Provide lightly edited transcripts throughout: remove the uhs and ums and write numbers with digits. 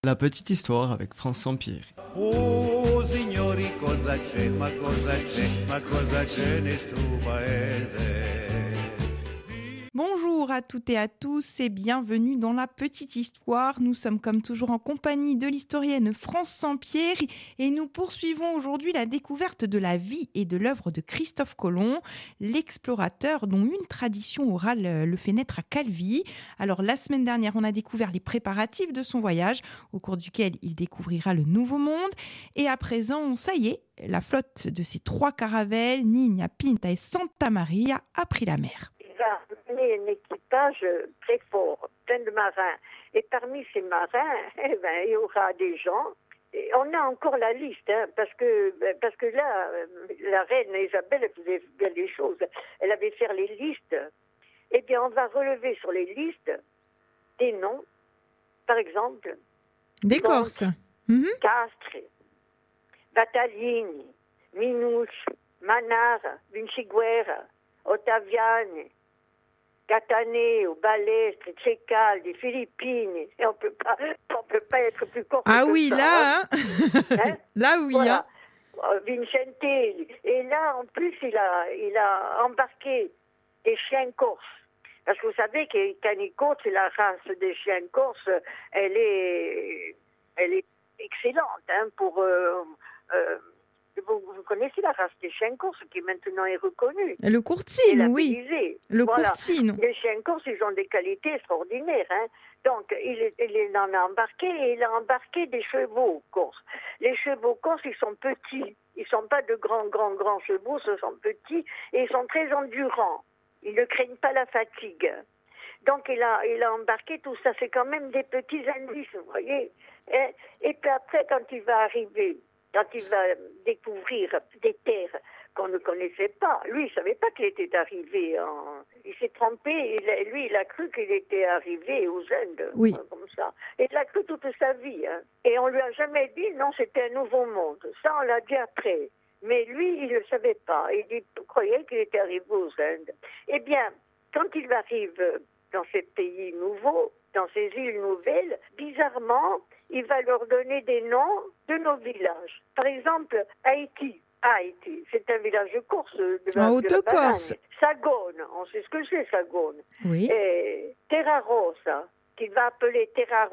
La petite histoire avec France Sampieri. Oh signori cosa c'è, ma cosa c'è nel suo paese? Bonjour à toutes et à tous et bienvenue dans la petite histoire. Nous sommes comme toujours en compagnie de l'historienne France Sampieri et nous poursuivons aujourd'hui la découverte de la vie et de l'œuvre de Christophe Colomb, l'explorateur dont une tradition orale le fait naître à Calvi. Alors la semaine dernière, on a découvert les préparatifs de son voyage au cours duquel il découvrira le Nouveau Monde. Et à présent, ça y est, la flotte de ces 3 caravelles, Nina, Pinta et Santa Maria, a pris la mer. Va mener un équipage très fort, plein de marins. Et parmi ces marins, il y aura des gens. Et on a encore la liste, parce que là, la reine Isabelle faisait bien les choses. Elle avait fait les listes. Eh bien, on va relever sur les listes des noms, par exemple. Des Corses. Castres, Battaglini, Minouche, Manar, Vinciguerra, Ottaviani, Cataneo, Balestre, Trécal, des Philippines. Et on peut pas être plus corse Ah que oui, ça, là, hein. là oui. Voilà. Vincentelli. Et là, en plus, il a embarqué des chiens corses. Parce que vous savez que Canicourt, c'est la race des chiens corses, elle est excellente, pour... Vous connaissez la race des chiens corses qui maintenant est reconnue. Le courtine, oui. Le Voilà. courtine. Les chiens corses, ils ont des qualités extraordinaires. Donc, il en a embarqué et il a embarqué des chevaux corses. Les chevaux corses, ils sont petits. Ils ne sont pas de grands chevaux, ce sont petits et ils sont très endurants. Ils ne craignent pas la fatigue. Donc, il a embarqué tout ça. C'est quand même des petits indices, vous voyez. Et puis après, quand il va découvrir des terres qu'on ne connaissait pas. Lui, il ne savait pas qu'il était arrivé Il s'est trompé, lui, il a cru qu'il était arrivé aux Indes, oui. Comme ça. Et il l'a cru toute sa vie. Et on lui a jamais dit, non, c'était un nouveau monde. Ça, on l'a dit après. Mais lui, il ne le savait pas. Il croyait qu'il était arrivé aux Indes. Eh bien, quand il arrive dans ces pays nouveaux, dans ces îles nouvelles, bizarrement, il va leur donner des noms de nos villages. Par exemple, Haïti, c'est un village de Corse, de la Haute-Corse. Sagone, on sait ce que c'est, Sagone. Oui. Et Terra Rosa, qu'il va appeler Terra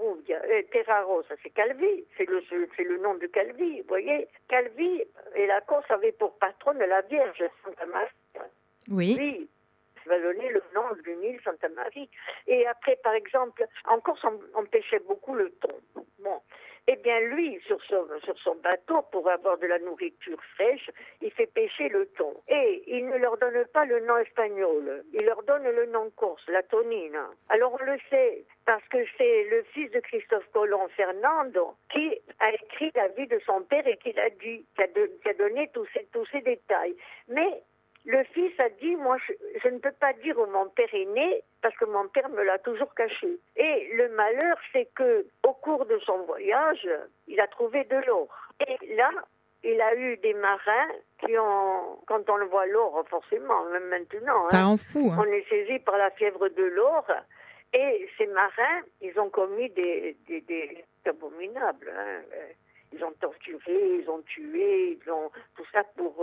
Rosa, c'est Calvi, c'est le nom de Calvi, vous voyez. Calvi, et la Corse avait pour patronne la Vierge, Santa Maria. Oui. Oui. Va donner le nom d'une île Santa Marie. Et après, par exemple, en Corse, on pêchait beaucoup le thon. Bon. Eh bien, lui, sur son bateau, pour avoir de la nourriture fraîche, il fait pêcher le thon. Et il ne leur donne pas le nom espagnol. Il leur donne le nom corse, la tonine. Alors, on le sait, parce que c'est le fils de Christophe Colomb, Fernando, qui a écrit la vie de son père et qui l'a dit, qui a donné tous ces détails. Mais le fils a dit, moi, je ne peux pas dire où mon père est né, parce que mon père me l'a toujours caché. Et le malheur, c'est que au cours de son voyage, il a trouvé de l'or. Et là, il a eu des marins qui ont, quand on voit l'or, forcément, même maintenant, T'as un fou, on est saisi par la fièvre de l'or. Et ces marins, ils ont commis des abominables. Ils ont torturé, ils ont tué, tout ça pour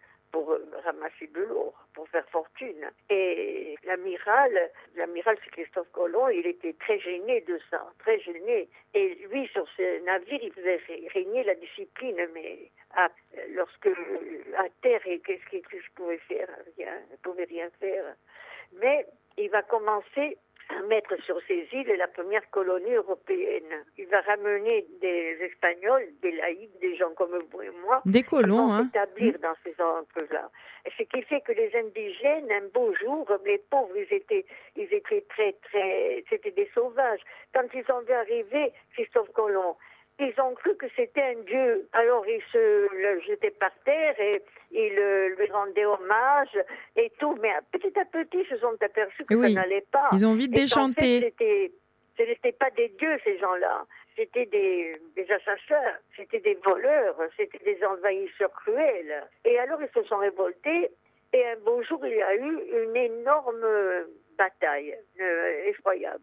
ramasser de l'or, pour faire fortune. Et l'amiral, c'est Christophe Colomb, il était très gêné de ça, très gêné. Et lui, sur ce navire, il faisait régner la discipline, mais lorsque à terre, qu'est-ce qu'il pouvait faire? Rien, il ne pouvait rien faire. Mais il va commencer à mettre sur ces îles la première colonie européenne. Il va ramener des Espagnols, des laïcs, des gens comme vous et moi, des colons, qui vont s'établir dans ces endroits-là. Et ce qui fait que les indigènes, un beau jour, les pauvres, ils étaient très, c'était des sauvages. Quand ils ont vu arriver Christophe Colomb, ils ont cru que c'était un dieu. Alors ils le jetaient par terre et ils lui rendaient hommage et tout. Mais petit à petit, ils se sont aperçus que ça n'allait pas. Ils ont vite déchanté. En fait, ce n'étaient pas des dieux, ces gens-là. C'était des assassins, c'était des voleurs, c'était des envahisseurs cruels. Et alors ils se sont révoltés. Et un beau jour, il y a eu une énorme bataille, effroyable.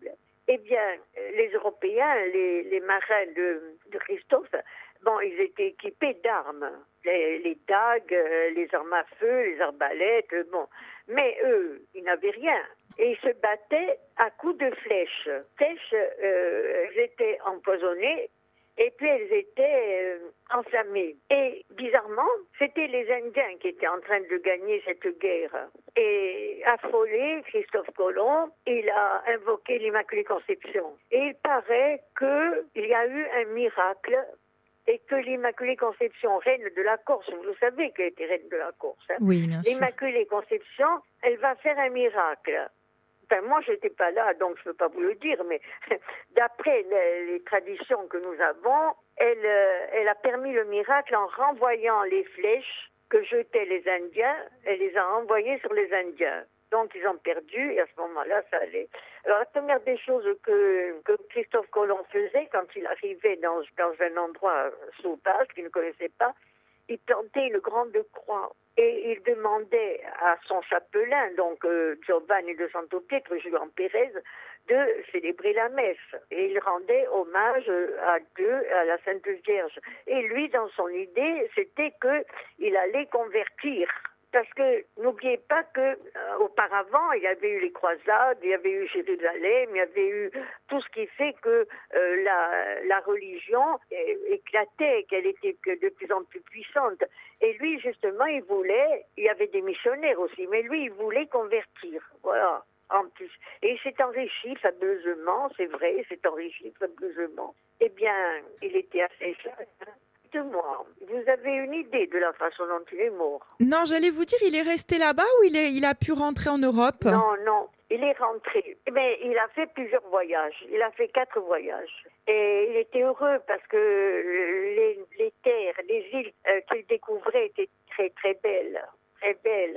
Eh bien, les Européens, les marins de Christophe, bon, ils étaient équipés d'armes, les dagues, les armes à feu, les arbalètes, bon. Mais eux, ils n'avaient rien. Et ils se battaient à coups de flèches. Flèches, elles étaient empoisonnées et puis elles étaient enflammées. Et bizarrement, c'était les Indiens qui étaient en train de gagner cette guerre. Et affolé, Christophe Colomb, il a invoqué l'Immaculée Conception. Et il paraît qu'il y a eu un miracle et que l'Immaculée Conception, reine de la Corse, vous savez qu'elle était reine de la Corse, hein. Oui, bien sûr. L'Immaculée Conception, elle va faire un miracle. Enfin, moi, je n'étais pas là, donc je ne peux pas vous le dire, mais d'après les traditions que nous avons, elle a permis le miracle en renvoyant les flèches que jetaient les Indiens, elle les a renvoyées sur les Indiens. Donc, ils ont perdu, et à ce moment-là, ça allait. Alors, la première des choses que Christophe Colomb faisait quand il arrivait dans un endroit sauvage qu'il ne connaissait pas, il plantait une grande croix. Et il demandait à son chapelain, donc Giovanni de Santo Pietro, Juan Pérez, de célébrer la messe. Et il rendait hommage à Dieu, à la Sainte Vierge. Et lui, dans son idée, c'était qu'il allait convertir. Parce que n'oubliez pas que auparavant, il y avait eu les croisades, il y avait eu Jérusalem, il y avait eu tout ce qui fait que la religion éclatait, qu'elle était de plus en plus puissante. Et lui, justement, il y avait des missionnaires aussi, mais lui, il voulait convertir. Voilà. En plus. Et il s'est enrichi fabuleusement, c'est vrai, il s'est enrichi fabuleusement. Eh bien, il était assez jeune. Dites-moi, vous avez une idée de la façon dont il est mort? Non, j'allais vous dire, il est resté là-bas ou il a pu rentrer en Europe? Non, il est rentré. Mais il a fait plusieurs voyages. Il a fait 4 voyages. Et il était heureux parce que les terres, les îles qu'il découvrait étaient très, très belles. Très belles.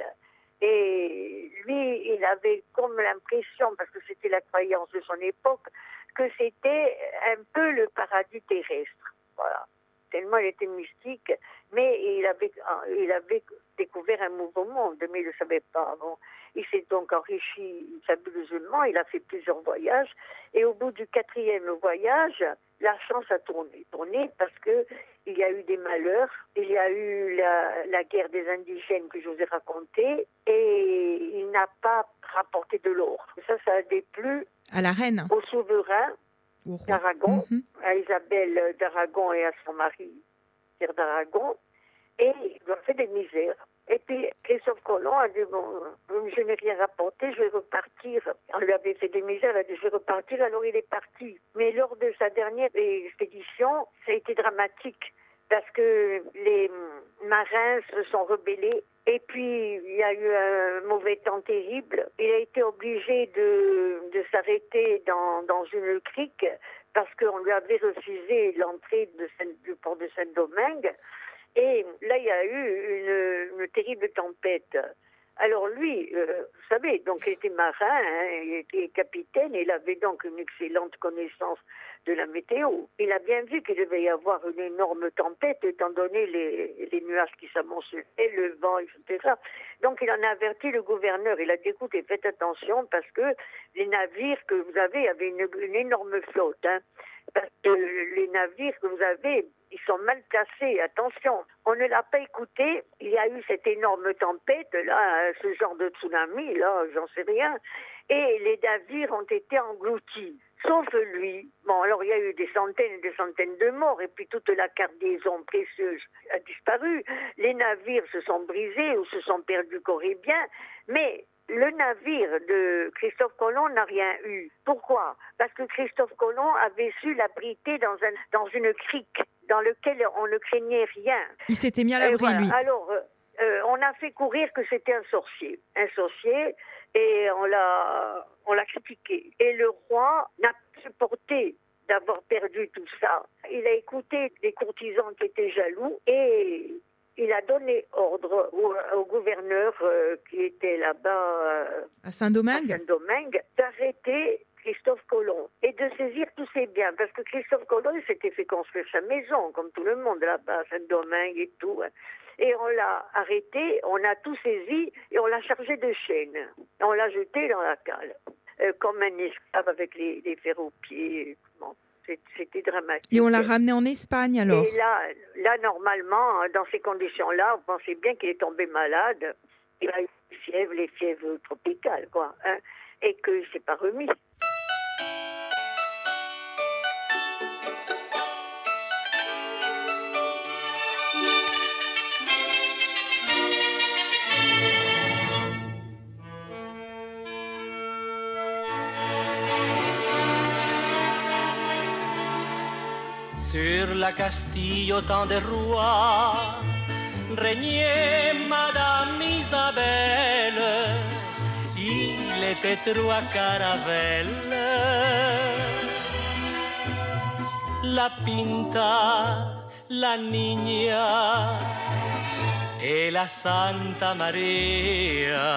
Et lui, il avait comme l'impression, parce que c'était la croyance de son époque, que c'était un peu le paradis terrestre. Voilà. Tellement il était mystique, mais il avait découvert un nouveau monde, mais il ne le savait pas. Bon, il s'est donc enrichi fabuleusement, il a fait plusieurs voyages, et au bout du 4e voyage, la chance a tourné parce que il y a eu des malheurs, il y a eu la guerre des indigènes que je vous ai racontée, et il n'a pas rapporté de l'or. Ça a déplu à la reine, au souverain d'Aragon, à Isabelle d'Aragon et à son mari, Pierre d'Aragon, et il lui a fait des misères. Et puis Christophe Colomb a dit, bon, je n'ai rien rapporté, je vais repartir. On lui avait fait des misères, il a dit, je vais repartir, alors il est parti. Mais lors de sa dernière expédition, ça a été dramatique, parce que les marins se sont rebellés. Et puis, il y a eu un mauvais temps terrible. Il a été obligé de s'arrêter dans une crique parce qu'on lui avait refusé l'entrée du port de Saint-Domingue. Et là, il y a eu une terrible tempête. Alors lui, vous savez, donc il était marin, hein, il était capitaine, il avait donc une excellente connaissance de la météo. Il a bien vu qu'il devait y avoir une énorme tempête, étant donné les nuages qui s'amoncelaient, le vent, etc. Donc il en a averti le gouverneur. Il a dit, écoutez, faites attention parce que les navires que vous avez avaient une énorme flotte. Hein, parce que les navires que vous avez, ils sont mal placés, attention. On ne l'a pas écouté, il y a eu cette énorme tempête, là, ce genre de tsunami, là, j'en sais rien, et les navires ont été engloutis. Sauf lui. Bon, alors il y a eu des centaines et des centaines de morts, et puis toute la cargaison précieuse a disparu. Les navires se sont brisés ou se sont perdus corps et bien, mais le navire de Christophe Colomb n'a rien eu. Pourquoi? Parce que Christophe Colomb avait su l'abriter dans une crique dans laquelle on ne craignait rien. Il s'était mis à l'abri, voilà. Lui. Alors, on a fait courir que c'était un sorcier. Un sorcier, et on l'a critiqué. Et le roi n'a pas supporté d'avoir perdu tout ça. Il a écouté des courtisans qui étaient jaloux et il a donné ordre au gouverneur qui était là-bas à Saint-Domingue, d'arrêter Christophe Colomb et de saisir tous ses biens. Parce que Christophe Colomb, il s'était fait construire sa maison, comme tout le monde là-bas, à Saint-Domingue et tout. Et on l'a arrêté, on a tout saisi et on l'a chargé de chaînes. On l'a jeté dans la cale. comme un esclave avec les fers aux pieds. Bon, c'était dramatique. Et on l'a ramené en Espagne alors? Et là, normalement, dans ces conditions-là, on pensait bien qu'il est tombé malade. Il a eu les fièvres tropicales, quoi, hein, et qu'il ne s'est pas remis. Sur la Castille, au temps des rois, régnait Madame Isabelle. Il était 3 caravelles. La Pinta, la Niña et la Santa Maria.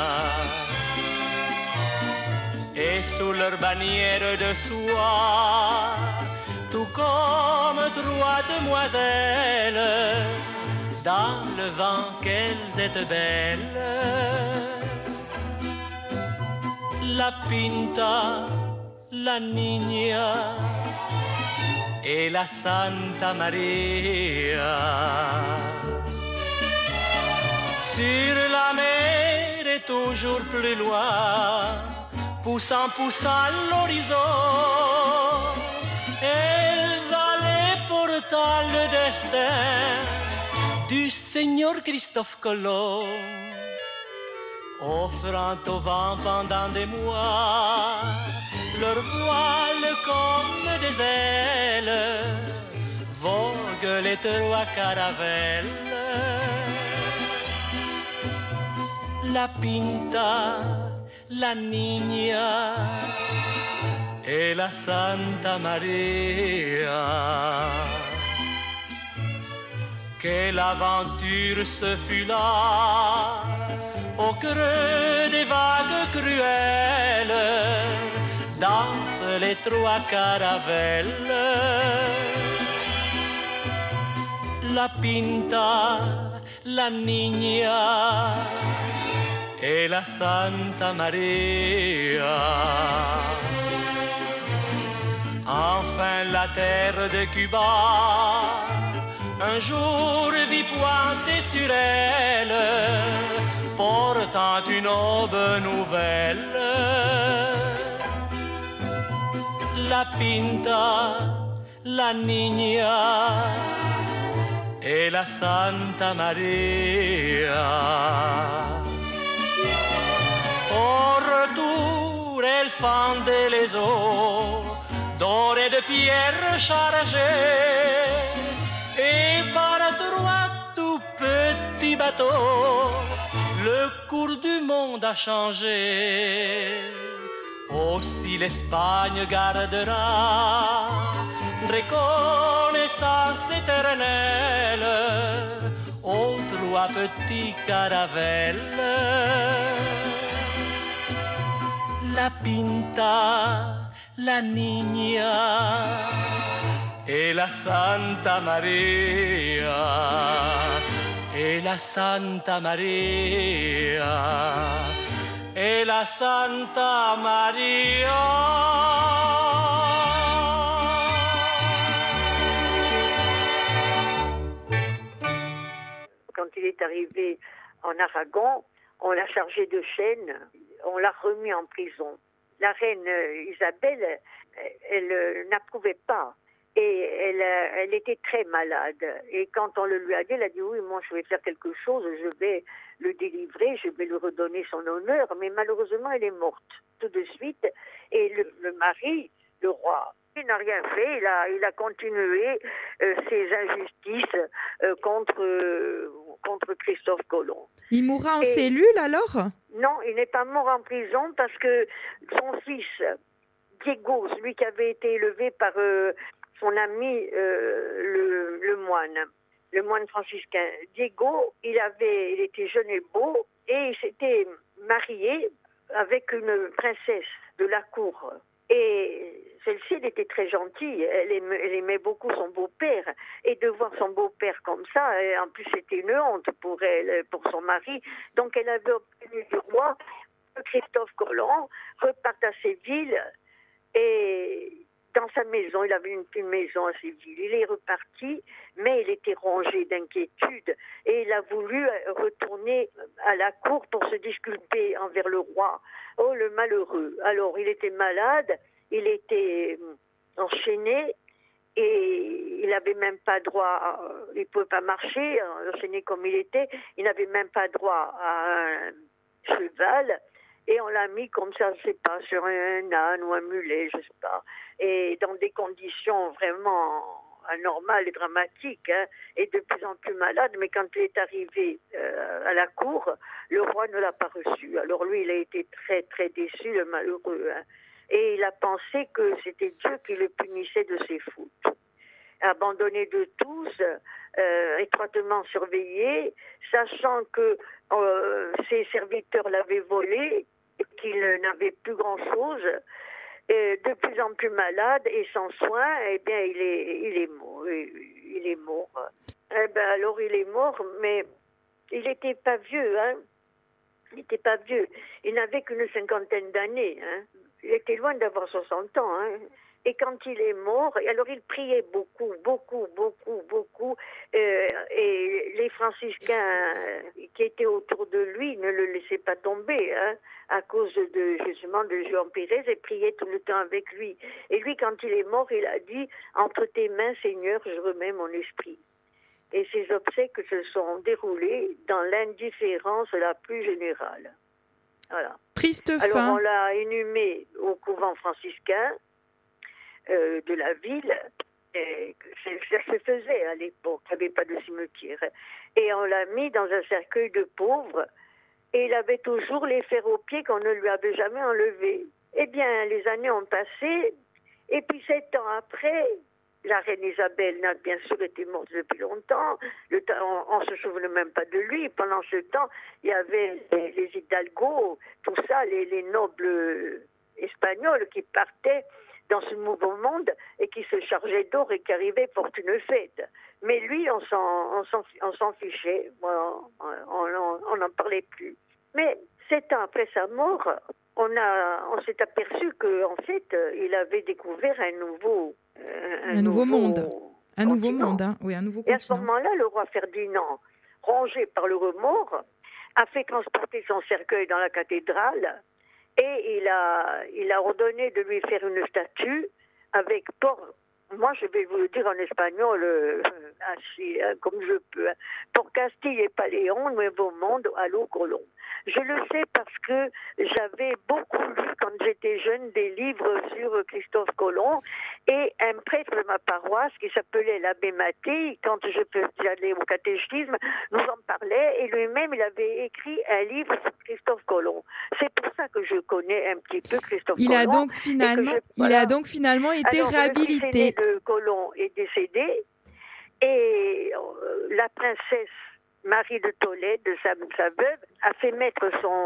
Et sous leur bannière de soie, tout comme 3 demoiselles, dans le vent qu'elles étaient belles. La Pinta, la Niña et la Santa Maria. Sur la mer et toujours plus loin, poussant l'horizon, elles allaient portant le destin du Seigneur Christophe Colomb, offrant au vent pendant des mois leur voile comme des ailes, voguent les 3 caravelles. La Pinta, la Niña et la Santa Maria. Quelle aventure ce fut là, au creux des vagues cruelles, dansent les 3 caravelles. La Pinta, la Niña et la Santa Maria. Enfin la terre de Cuba un jour vit pointer sur elle, portant une aube nouvelle. La Pinta, la Niña et la Santa Maria. Au retour, elle fendait les eaux dorées de pierres chargées, et par 3 tout petits bateaux, le cours du monde a changé. Aussi l'Espagne gardera reconnaissance éternelle aux 3 petits caravelles. La Pinta, la Niña et la Santa Maria, et la Santa Maria, et la Santa Maria. Quand il est arrivé en Aragon, on l'a chargé de chaînes, on l'a remis en prison. La reine Isabelle, elle n'approuvait pas. Et elle était très malade. Et quand on le lui a dit, elle a dit oui, moi je vais faire quelque chose, je vais le délivrer, je vais lui redonner son honneur. Mais malheureusement, elle est morte tout de suite. Et le mari, le roi, il n'a rien fait. Il a continué ses injustices contre Christophe Colomb. Il mourra en cellule alors? Non, il n'est pas mort en prison parce que son fils, Diego, celui qui avait été élevé par son ami le moine franciscain, Diego, il était jeune et beau et il s'était marié avec une princesse de la cour. Et celle-ci, elle était très gentille, elle aimait beaucoup son beau-père. Et de voir son beau-père comme ça, en plus c'était une honte pour elle, pour son mari. Donc elle avait obtenu du roi Christophe Colomb reparte à Séville et dans sa maison, il avait une maison à Séville. Il est reparti, mais il était rongé d'inquiétude et il a voulu retourner à la cour pour se disculper envers le roi. Oh, le malheureux. Alors, il était malade, il était enchaîné et il n'avait même pas droit, il ne pouvait pas marcher, enchaîné comme il était, il n'avait même pas droit à un cheval. Et on l'a mis comme ça, je ne sais pas, sur un âne ou un mulet, je ne sais pas. Et dans des conditions vraiment anormales et dramatiques, hein, et de plus en plus malade. Mais quand il est arrivé à la cour, le roi ne l'a pas reçu. Alors lui, il a été très, très déçu, le malheureux. Hein. Et il a pensé que c'était Dieu qui le punissait de ses fautes. Abandonné de tous, étroitement surveillé, sachant que ses serviteurs l'avaient volé, qu'il n'avait plus grand-chose, de plus en plus malade et sans soin, eh bien, il est mort. Il est mort. Eh ben, alors, il est mort, mais il n'était pas vieux, hein. Il n'était pas vieux. Il n'avait qu'une 50aine d'années, hein. Il était loin d'avoir 60 ans, hein. Et quand il est mort, alors il priait beaucoup, et les franciscains qui étaient autour de lui ne le laissaient pas tomber, hein, à cause justement de Juan Pérez, et priaient tout le temps avec lui. Et lui, quand il est mort, il a dit « Entre tes mains, Seigneur, je remets mon esprit ». Et ses obsèques se sont déroulées dans l'indifférence la plus générale. Voilà. Triste alors fin. On l'a inhumé au couvent franciscain de la ville. Et ça se faisait à l'époque, il n'y avait pas de cimetière. Et on l'a mis dans un cercueil de pauvres, et il avait toujours les fers aux pieds qu'on ne lui avait jamais enlevés. Eh bien, les années ont passé, et puis 7 ans après, la reine Isabelle n'a bien sûr été morte depuis longtemps. On ne se souvient même pas de lui. Pendant ce temps, il y avait les hidalgos, tout ça, les nobles espagnols qui partaient dans ce nouveau monde et qui se chargeaient d'or et qui arrivaient fortune faite. Mais lui, on s'en fichait. On n'en parlait plus. Mais 7 ans après sa mort, on s'est aperçu qu'en fait, il avait découvert un nouveau monde. Un nouveau monde, hein. Oui, un nouveau continent. Et à ce moment-là, le roi Ferdinand, rongé par le remords, a fait transporter son cercueil dans la cathédrale et il a ordonné de lui faire une statue avec moi je vais vous le dire en espagnol, comme je peux, pour Castille et Paléon, Nuevo Monde, Allo Colón. Je le sais parce que j'avais beaucoup lu quand j'étais jeune des livres sur Christophe Colomb et un prêtre de ma paroisse qui s'appelait l'abbé Mathé, quand j'allais au catéchisme, nous en parlait et lui-même il avait écrit un livre sur Christophe Colomb. C'est pour ça que je connais un petit peu Christophe Colomb. Il a donc finalement été réhabilité. Le fils de Colomb est décédé et la princesse Marie de Tolède, sa veuve, a fait mettre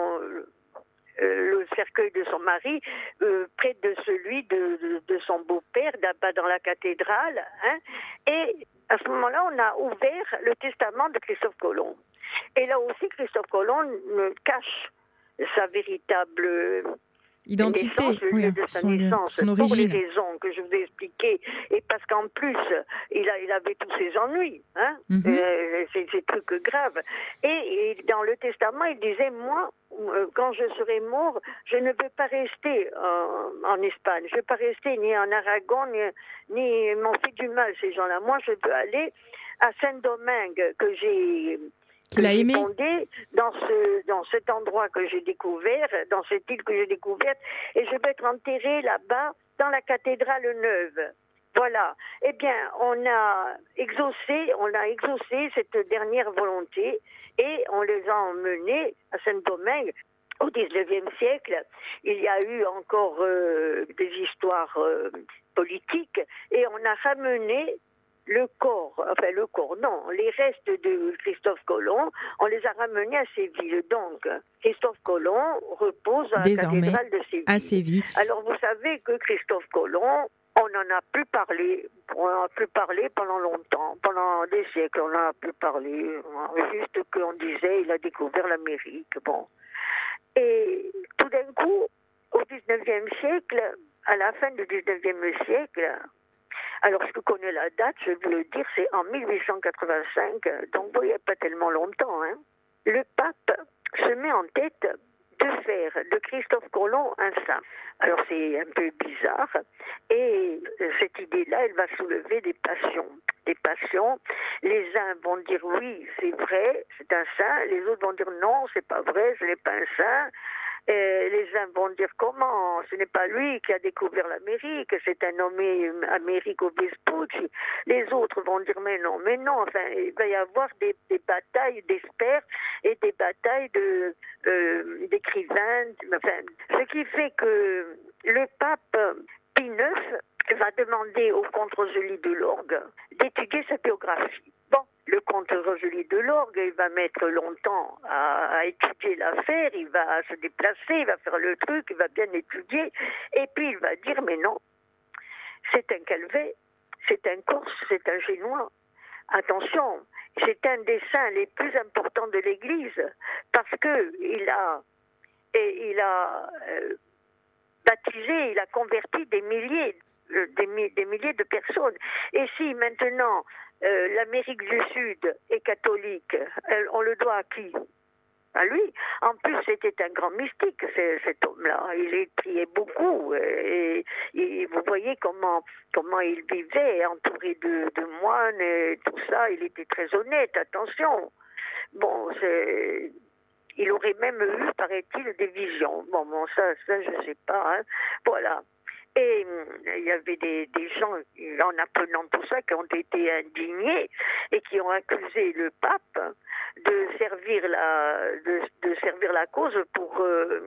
le cercueil de son mari près de celui de son beau-père, là-bas dans la cathédrale. Hein, et à ce moment-là, on a ouvert le testament de Christophe Colomb. Et là aussi, Christophe Colomb cache sa véritable identité, le lieu de sa naissance, son pour les origine. raisons que je vous ai expliquées, et parce qu'en plus, il avait tous ses ennuis, hein, ces trucs graves. Et dans le testament, il disait, moi, quand je serai mort, je ne veux pas rester en Espagne, je ne veux pas rester ni en Aragon, ni m'en fait du mal, ces gens-là. Moi, je veux aller à Saint-Domingue, que j'ai fondé dans cet endroit que j'ai découvert, dans cette île que j'ai découverte, et je vais être enterrée là-bas dans la cathédrale neuve. Voilà. Eh bien, on a exaucé cette dernière volonté et on les a emmenés à Saint-Domingue. Au XIXe siècle, il y a eu encore des histoires politiques et on a ramené les restes de Christophe Colomb, on les a ramenés à Séville. Donc, Christophe Colomb repose à la cathédrale de Séville. À Séville. Alors, vous savez que Christophe Colomb, on n'en a plus parlé. On n'en a plus parlé pendant longtemps. Pendant des siècles, on n'en a plus parlé. Juste qu'on disait, il a découvert l'Amérique. Bon. Et tout d'un coup, au 19e siècle, à la fin du 19e siècle, alors je connais la date, je vais vous le dire, c'est en 1885, donc vous voyez, pas tellement longtemps, hein. Le pape se met en tête de faire de Christophe Colomb un saint. Alors c'est un peu bizarre, et cette idée-là, elle va soulever des passions. Des passions. Les uns vont dire oui, c'est vrai, c'est un saint. Les autres vont dire non, c'est pas vrai, ce n'est pas un saint. Les uns vont dire comment, ce n'est pas lui qui a découvert l'Amérique, c'est un nommé Amerigo Vespucci. Les autres vont dire mais non, enfin, il va y avoir des batailles d'experts et des batailles d'écrivains, enfin, ce qui fait que le pape Pie IX va demander au comte Rosely de Lorgue d'étudier sa biographie. Bon, le comte Rosely de Lorgue, il va mettre longtemps à étudier l'affaire, il va se déplacer, il va faire le truc, il va bien étudier, et puis il va dire, mais non, c'est un Calvet, c'est un Corse, c'est un Génois. Attention, c'est un des saints les plus importants de l'Église, parce que il a baptisé, il a converti des milliers de personnes. Et si maintenant l'Amérique du Sud est catholique, on le doit à qui? À lui. En plus, c'était un grand mystique, cet homme-là. Il priait beaucoup. Et vous voyez comment il vivait, entouré de moines et tout ça. Il était très honnête, attention. Bon, il aurait même eu, paraît-il, des visions. Bon, ça je sais pas. Hein. Voilà. Et il y avait des gens, en apprenant tout ça, qui ont été indignés et qui ont accusé le pape de servir la cause pour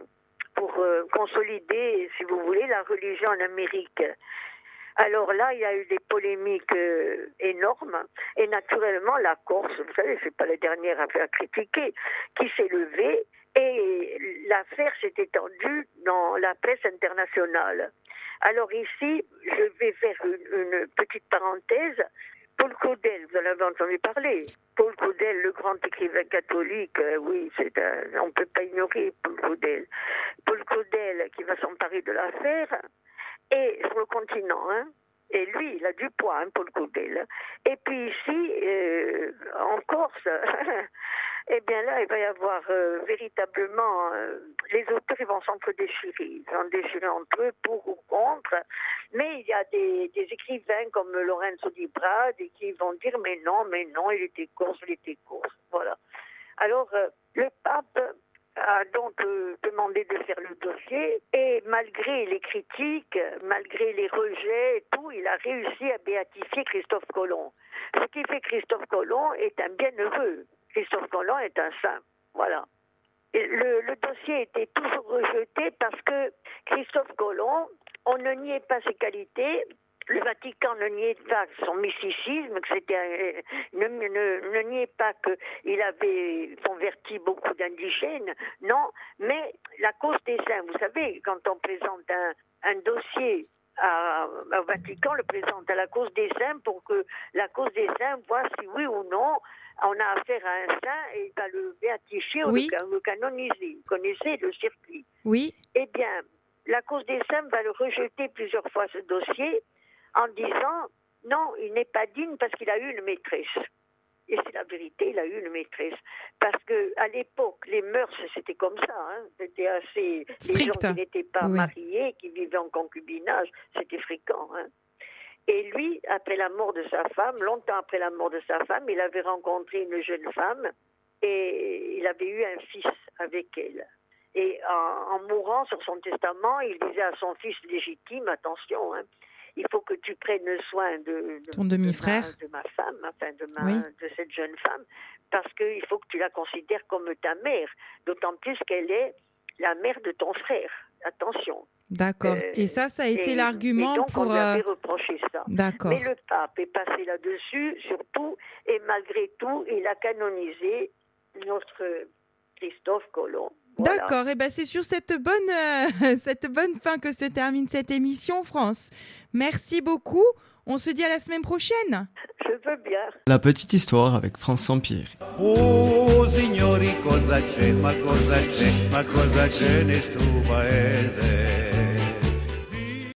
consolider, si vous voulez, la religion en Amérique. Alors là, il y a eu des polémiques énormes, et naturellement, la Corse, vous savez, c'est pas la dernière affaire à critiquer, qui s'est levée, et l'affaire s'est étendue dans la presse internationale. Alors ici, je vais faire une petite parenthèse. Paul Claudel, vous en avez entendu parler. Paul Claudel, le grand écrivain catholique, oui, on ne peut pas ignorer Paul Claudel. Paul Claudel qui va s'emparer de l'affaire, et sur le continent, hein. Et lui, il a du poids, hein, Paul Claudel. Et puis ici, en Corse, eh bien là, il va y avoir véritablement, les auteurs, ils vont s'entre-déchirer. Ils vont déchirer entre eux, pour ou contre. Mais il y a des écrivains comme Lorenzo Di Brad qui vont dire mais non, il était corse. Voilà. Alors, le pape a donc demandé de faire le dossier, et malgré les critiques, malgré les rejets et tout, il a réussi à béatifier Christophe Colomb. Ce qui fait que Christophe Colomb est un bienheureux. Christophe Colomb est un saint. Voilà. Et le dossier était toujours rejeté parce que Christophe Colomb, on ne niait pas ses qualités. Le Vatican ne niait pas son mysticisme, ne niait pas qu'il avait converti beaucoup d'indigènes, non, mais la cause des saints, vous savez, quand on présente un dossier au Vatican, le présente à la cause des saints pour que la cause des saints voit si oui ou non on a affaire à un saint et il va le béatifier ou le canoniser. Vous connaissez le circuit? Oui. Eh bien, la cause des saints va le rejeter plusieurs fois, ce dossier, en disant non, il n'est pas digne parce qu'il a eu une maîtresse. Et c'est la vérité, il a eu une maîtresse. Parce qu'à l'époque, les mœurs, c'était comme ça. Hein. C'était assez... Strict. Les gens qui n'étaient pas mariés, qui vivaient en concubinage, c'était fréquent. Hein. Et lui, après la mort de sa femme, longtemps après la mort de sa femme, il avait rencontré une jeune femme et il avait eu un fils avec elle. Et en mourant sur son testament, il disait à son fils légitime, attention, hein, il faut que tu prennes soin de ton demi-frère, de ma femme, enfin de cette jeune femme, parce qu'il faut que tu la considères comme ta mère, d'autant plus qu'elle est la mère de ton frère. Attention. D'accord. Et ça a été l'argument donc pour... on lui avait reproché ça. D'accord. Mais le pape est passé là-dessus, surtout, et malgré tout, il a canonisé notre Christophe Colomb. Voilà. D'accord, et ben c'est sur cette bonne fin que se termine cette émission, France. Merci beaucoup. On se dit à la semaine prochaine. Je veux bien. La petite histoire avec France Sampieri. Oh signori cosa c'è, ma cosa c'è, ma cosa c'è nel suo paese?